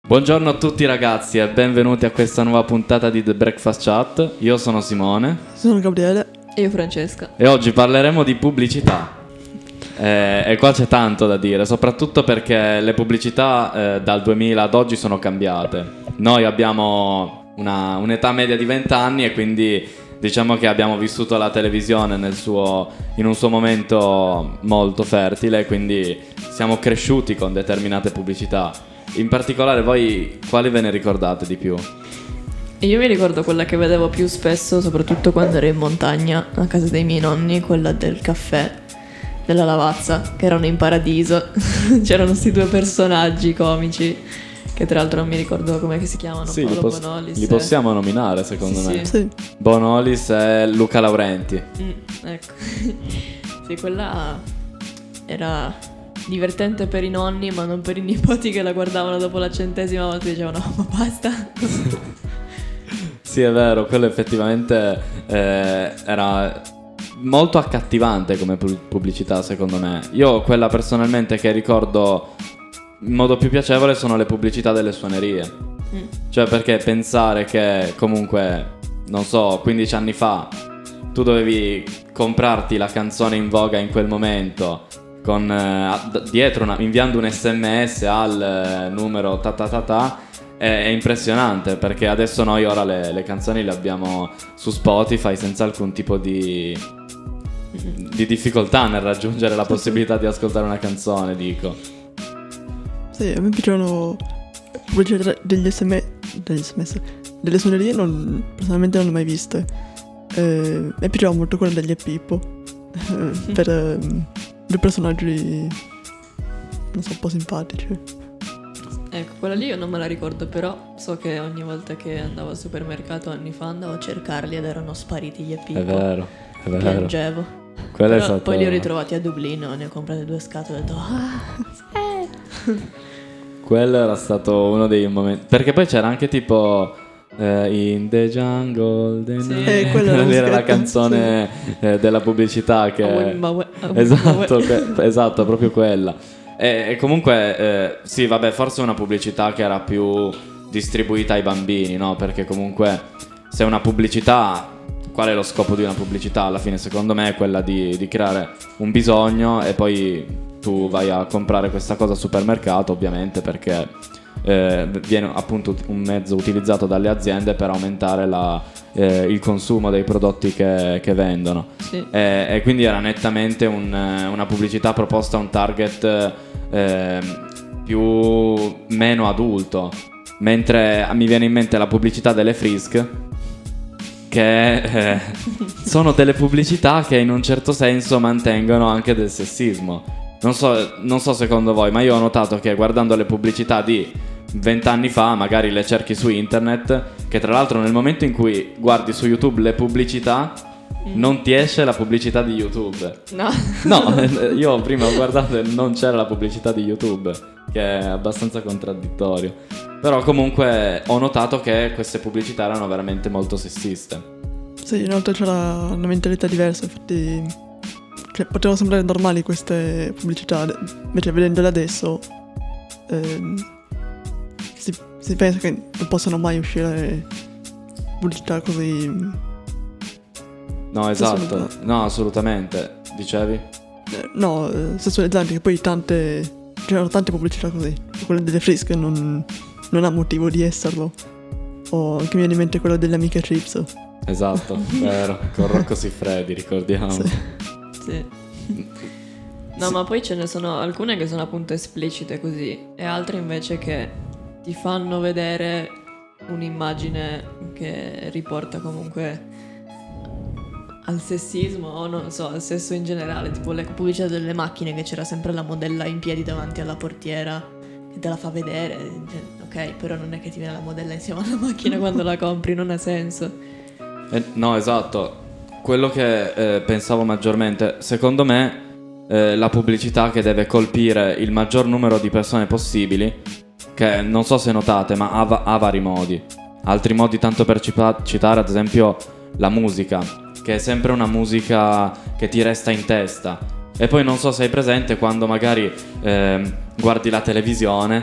Buongiorno a tutti ragazzi e benvenuti a questa nuova puntata di The Breakfast Chat. Io sono Simone. Sono Gabriele. E io Francesca. E oggi parleremo di pubblicità. E qua c'è tanto da dire, soprattutto perché le pubblicità dal 2000 ad oggi sono cambiate. Noi abbiamo un'età media di 20 anni e quindi diciamo che abbiamo vissuto la televisione in un suo momento molto fertile, quindi siamo cresciuti con determinate pubblicità. In particolare voi quali ve ne ricordate di più? Io mi ricordo quella che vedevo più spesso, soprattutto quando ero in montagna a casa dei miei nonni, quella del caffè, della Lavazza, che erano in paradiso. C'erano questi due personaggi comici che tra l'altro non mi ricordo come si chiamano. Sì, Paolo Bonolis li possiamo nominare secondo me. Sì. Bonolis e Luca Laurenti. Ecco. Sì, quella era divertente per i nonni, ma non per i nipoti che la guardavano dopo la 100ª volta e dicevano no, ma basta. Sì, è vero, quello effettivamente era molto accattivante come pubblicità secondo me. Io quella personalmente che ricordo in modo più piacevole sono le pubblicità delle suonerie. Cioè, perché pensare che comunque, non so, 15 anni fa tu dovevi comprarti la canzone in voga in quel momento con dietro inviando un SMS al numero è impressionante, perché adesso noi ora le canzoni le abbiamo su Spotify senza alcun tipo di difficoltà nel raggiungere la possibilità di ascoltare una canzone, dico. Sì, a me piacciono pubblicità degli SMS, delle suonerie personalmente non le ho mai viste. Mi piaceva molto quella degli Pippo per dei personaggi, non so, un po' simpatici. Ecco, quella lì io non me la ricordo, però so che ogni volta che andavo al supermercato anni fa andavo a cercarli ed erano spariti gli Pippo. È vero. Piangevo. Quello però è stato... poi li ho ritrovati a Dublino, ne ho comprate 2 scatole e ho detto sì. Quello era stato uno dei momenti, perché poi c'era anche tipo In the Jungle Sì. Quella era la canzone della pubblicità che esatto, proprio quella. E comunque sì, vabbè, forse una pubblicità che era più distribuita ai bambini, no? Perché comunque se una pubblicità, qual è lo scopo di una pubblicità? Alla fine secondo me è quella di creare un bisogno e poi tu vai a comprare questa cosa al supermercato, ovviamente, perché viene appunto un mezzo utilizzato dalle aziende per aumentare il consumo dei prodotti che vendono. Sì. E quindi era nettamente una pubblicità proposta a un target meno adulto, mentre mi viene in mente la pubblicità delle Frisk, che sono delle pubblicità che in un certo senso mantengono anche del sessismo. Non so secondo voi, ma io ho notato che guardando le pubblicità di 20 anni fa, magari le cerchi su internet, che tra l'altro nel momento in cui guardi su YouTube le pubblicità non ti esce la pubblicità di YouTube. No, io prima ho guardato e non c'era la pubblicità di YouTube, che è abbastanza contraddittorio. Però comunque ho notato che queste pubblicità erano veramente molto sessiste. Sì, inoltre c'era una mentalità diversa, infatti potevano sembrare normali queste pubblicità, invece vedendole adesso si pensa che non possano mai uscire pubblicità così. No, esatto, no, assolutamente. Dicevi? No, sessualizzanti, che poi c'erano tante pubblicità così. Quella delle Frisk non ha motivo di esserlo. O anche mi viene in mente quella delle amiche Chips. Esatto, vero, con Rocco Siffredi, ricordiamo. Sì. No, ma poi ce ne sono alcune che sono appunto esplicite così, e altre invece che ti fanno vedere un'immagine che riporta comunque al sessismo o non so, al sesso in generale, tipo le pubblicità delle macchine, che c'era sempre la modella in piedi davanti alla portiera che te la fa vedere, ok, però non è che ti viene la modella insieme alla macchina quando la compri, non ha senso. No, esatto. Quello che pensavo maggiormente, secondo me la pubblicità che deve colpire il maggior numero di persone possibili, che non so se notate, ma ha vari modi. Altri modi, tanto per citare ad esempio la musica, che è sempre una musica che ti resta in testa. E poi non so se hai presente quando magari guardi la televisione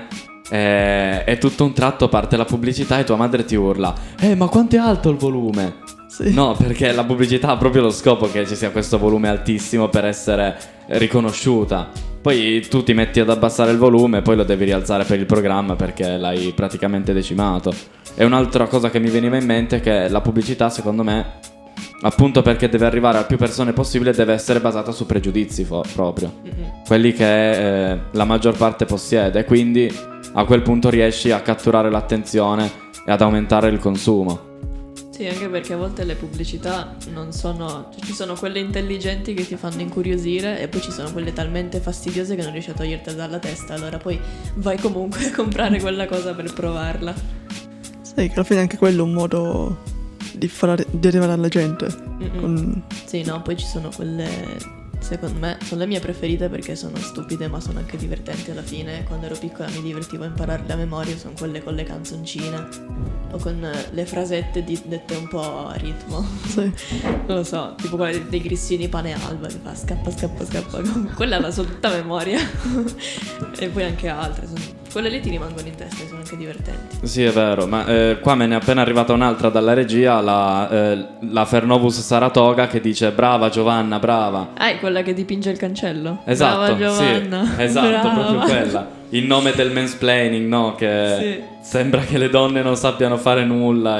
e tutto un tratto parte la pubblicità e tua madre ti urla: ma quanto è alto il volume? Sì. No, perché la pubblicità ha proprio lo scopo che ci sia questo volume altissimo per essere riconosciuta. Poi tu ti metti ad abbassare il volume, poi lo devi rialzare per il programma perché l'hai praticamente decimato. E un'altra cosa che mi veniva in mente è che la pubblicità, secondo me, appunto perché deve arrivare a più persone possibile, deve essere basata su pregiudizi proprio. Quelli che la maggior parte possiede. Quindi a quel punto riesci a catturare l'attenzione e ad aumentare il consumo. Sì, anche perché a volte le pubblicità non sono... Cioè, ci sono quelle intelligenti che ti fanno incuriosire e poi ci sono quelle talmente fastidiose che non riesci a togliertele dalla testa. Allora poi vai comunque a comprare quella cosa per provarla. Sai che alla fine anche quello è un modo di arrivare alla gente. Sì, no, poi ci sono quelle... Secondo me sono le mie preferite perché sono stupide ma sono anche divertenti alla fine. Quando ero piccola mi divertivo a impararle a memoria. Sono quelle con le canzoncine o con le frasette dette un po' a ritmo. Sì. Non lo so, tipo quella dei grissini pane alba che fa scappa scappa scappa. Quella la so tutta a memoria. E poi anche altre quelle lì ti rimangono in testa e sono anche divertenti. Sì, è vero, ma qua me ne è appena arrivata un'altra dalla regia, la Fernovus Saratoga, che dice: brava Giovanna, brava. È quella che dipinge il cancello. Esatto, Brava Giovanna. sì, esatto, Brava. proprio quella. In nome del mansplaining, no? Che sembra che le donne non sappiano fare nulla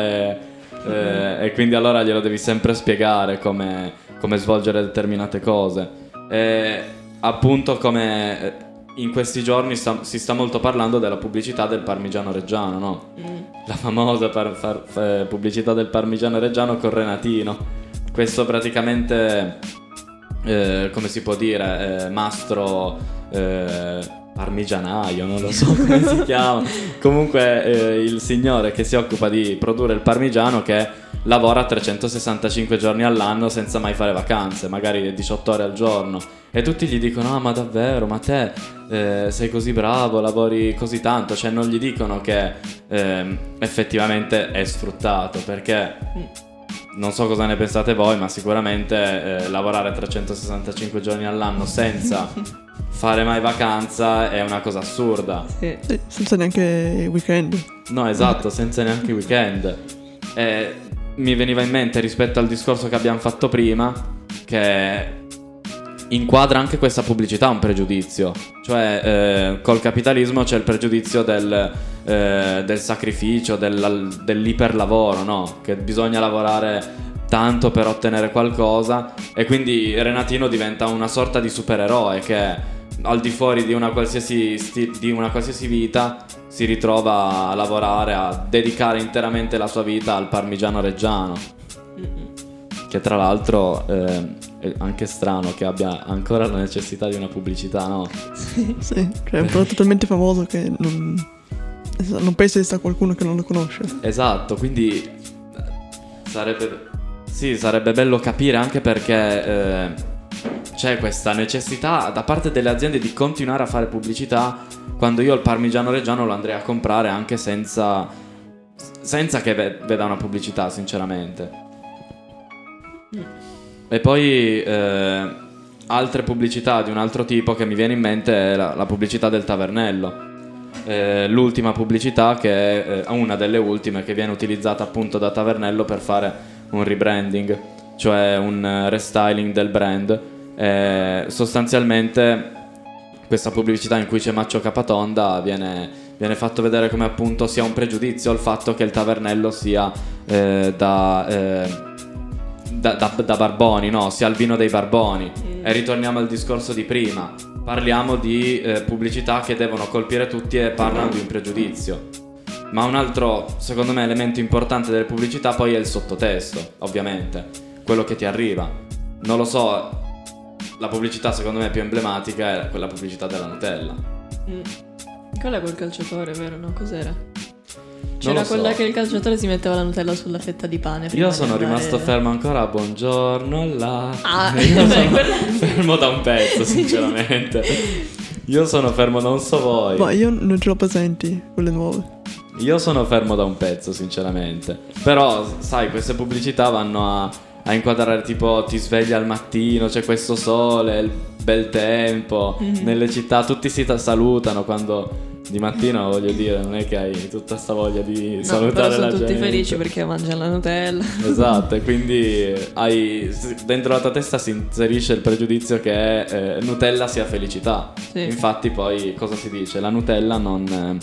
e quindi allora glielo devi sempre spiegare come svolgere determinate cose. E appunto come in questi giorni si sta molto parlando della pubblicità del Parmigiano Reggiano, no? La famosa pubblicità del Parmigiano Reggiano con Renatino. Questo praticamente, come si può dire, mastro parmigianaio, non lo so come si chiama. Comunque il signore che si occupa di produrre il parmigiano, che lavora 365 giorni all'anno senza mai fare vacanze, magari 18 ore al giorno. E tutti gli dicono: ah, ma davvero, ma te sei così bravo, lavori così tanto. Cioè non gli dicono che effettivamente è sfruttato, perché non so cosa ne pensate voi, ma sicuramente lavorare 365 giorni all'anno senza fare mai vacanza è una cosa assurda. Sì, senza neanche weekend. No, esatto, senza neanche weekend. E mi veniva in mente, rispetto al discorso che abbiamo fatto prima, che inquadra anche questa pubblicità un pregiudizio. Cioè col capitalismo c'è il pregiudizio del sacrificio, dell'iperlavoro, no? Che bisogna lavorare tanto per ottenere qualcosa, e quindi Renatino diventa una sorta di supereroe che al di fuori di una qualsiasi vita si ritrova a lavorare, a dedicare interamente la sua vita al Parmigiano Reggiano. Che tra l'altro è anche strano che abbia ancora la necessità di una pubblicità, no? Sì, cioè è un prodotto talmente famoso che non penso esista qualcuno che non lo conosce. Esatto, quindi sarebbe bello capire anche perché c'è questa necessità da parte delle aziende di continuare a fare pubblicità, quando io il Parmigiano Reggiano lo andrei a comprare anche senza che veda una pubblicità, sinceramente. E poi altre pubblicità di un altro tipo che mi viene in mente è la pubblicità del Tavernello. L'ultima pubblicità, che è una delle ultime, che viene utilizzata appunto da Tavernello per fare un rebranding, cioè un restyling del brand. Sostanzialmente questa pubblicità in cui c'è Maccio Capatonda viene fatto vedere come appunto sia un pregiudizio al fatto che il Tavernello sia da Barboni, no? Sia il vino dei Barboni. E ritorniamo al discorso di prima. Parliamo di pubblicità che devono colpire tutti e parlano di un pregiudizio. Ma un altro, secondo me, elemento importante delle pubblicità poi è il sottotesto, ovviamente. Quello che ti arriva. Non lo so, la pubblicità secondo me più emblematica è quella pubblicità della Nutella. Quella col calciatore, vero? No, cos'era? Non C'era lo so. quella che il calciatore si metteva la Nutella sulla fetta di pane. Io sono rimasto fermo ancora a buongiorno là. Io sono fermo da un pezzo, sinceramente. Io sono fermo, non so voi. Ma io non ce l'ho presenti, quelle nuove. Io sono fermo da un pezzo, sinceramente. Però, sai, queste pubblicità vanno a inquadrare, tipo, ti svegli al mattino, c'è questo sole, il bel tempo, nelle città tutti si salutano quando Di mattino, voglio dire, non è che hai tutta sta voglia di No, salutare però la sono gente. tutti felici perché mangiano la Nutella. Esatto, e quindi dentro la tua testa si inserisce il pregiudizio che Nutella sia felicità. Sì. Infatti poi cosa si dice? La Nutella non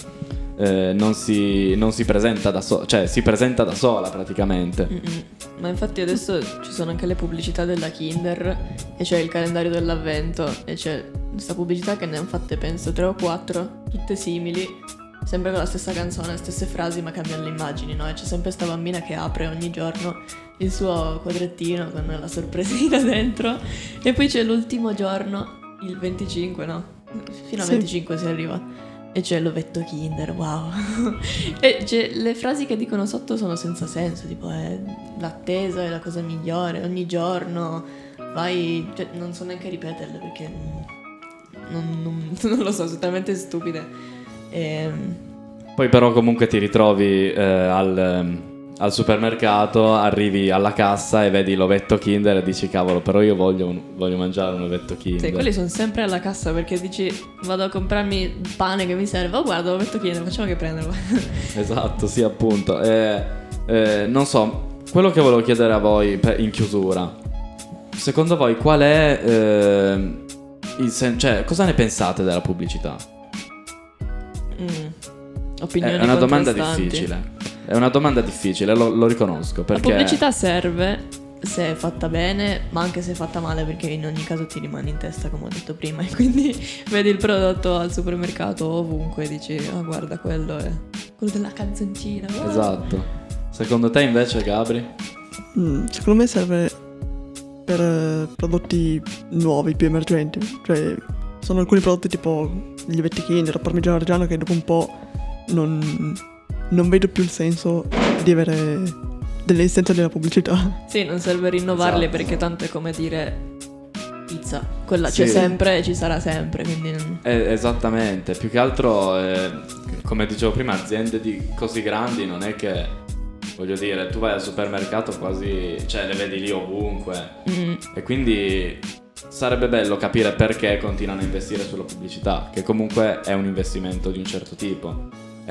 si presenta da sola, cioè si presenta da sola praticamente. Ma infatti adesso ci sono anche le pubblicità della Kinder e c'è il calendario dell'avvento e c'è questa pubblicità che ne hanno fatte penso 3 o 4, tutte simili, sempre con la stessa canzone, le stesse frasi ma cambiano le immagini, no? E c'è sempre sta bambina che apre ogni giorno il suo quadrettino con la sorpresina dentro e poi c'è l'ultimo giorno, il 25, no? Fino al 25 si arriva. E c'è l'ovetto Kinder, wow. E le frasi che dicono sotto sono senza senso, tipo l'attesa è la cosa migliore, ogni giorno vai, cioè, non so neanche ripeterle perché non lo so, sono talmente stupide. Poi però comunque ti ritrovi al supermercato, arrivi alla cassa e vedi l'ovetto Kinder e dici cavolo, però io voglio mangiare un ovetto Kinder. Sì, quelli sono sempre alla cassa perché dici vado a comprarmi il pane che mi serve, oh guarda l'ovetto Kinder, facciamo che prenderlo. Esatto, sì, appunto. Non so, quello che volevo chiedere a voi in chiusura, secondo voi qual è cioè cosa ne pensate della pubblicità? Opinioni È una domanda contrastanti. difficile. È una domanda difficile, lo riconosco, perché La pubblicità serve se è fatta bene, ma anche se è fatta male, perché in ogni caso ti rimane in testa, come ho detto prima, e quindi vedi il prodotto al supermercato ovunque e dici ah guarda quello è quello della canzoncina. Wow. Esatto. Secondo te invece, Gabri? Secondo me serve per prodotti nuovi, più emergenti. Cioè, sono alcuni prodotti tipo gli ovetti Kinder, il parmigiano reggiano che dopo un po' non vedo più il senso di avere dell'esistenza della pubblicità. Sì, non serve rinnovarli Esatto. perché tanto è come dire pizza, quella Sì. c'è sempre e ci sarà sempre, quindi Esattamente, più che altro, come dicevo prima, aziende così grandi non è che, voglio dire, tu vai al supermercato quasi, cioè le vedi lì ovunque, e quindi sarebbe bello capire perché continuano a investire sulla pubblicità, che comunque è un investimento di un certo tipo.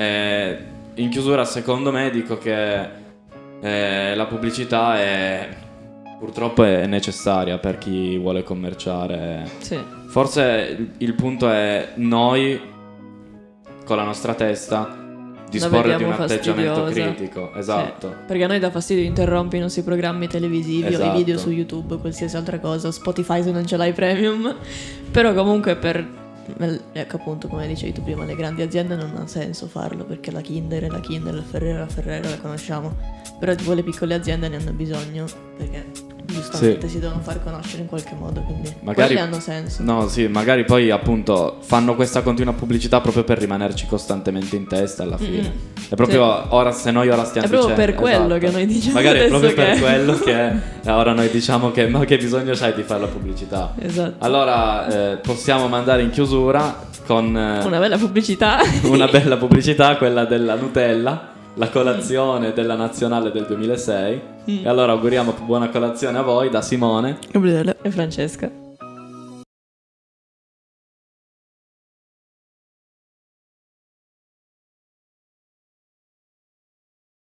In chiusura, secondo me, dico che la pubblicità purtroppo è necessaria per chi vuole commerciare. sì. Forse il punto è noi, con la nostra testa, disporre di un vediamo atteggiamento fastidiosa. critico. Esatto. Sì, perché a noi dà fastidio interrompi i nostri programmi televisivi o i Esatto. video su YouTube, qualsiasi altra cosa, Spotify se non ce l'hai premium. Però comunque ecco appunto come dicevi tu prima, le grandi aziende non ha senso farlo perché la Kinder è la Kinder, la Ferrero la conosciamo. Però tipo le piccole aziende ne hanno bisogno perché giustamente si devono far conoscere in qualche modo, quindi Magari quelle hanno senso. No, sì, magari poi appunto fanno questa continua pubblicità proprio per rimanerci costantemente in testa alla fine. È proprio ora, se noi ora stiamo È proprio dicendo, per quello esatto. che noi diciamo magari è adesso proprio per che- quello che ora noi diciamo che ma che bisogno c'hai di fare la pubblicità. Esatto. Allora possiamo mandare in chiusura con Una bella pubblicità. una bella pubblicità, quella della Nutella, la colazione della nazionale del 2006. E allora auguriamo buona colazione a voi da Simone. Gabriele. E Francesca.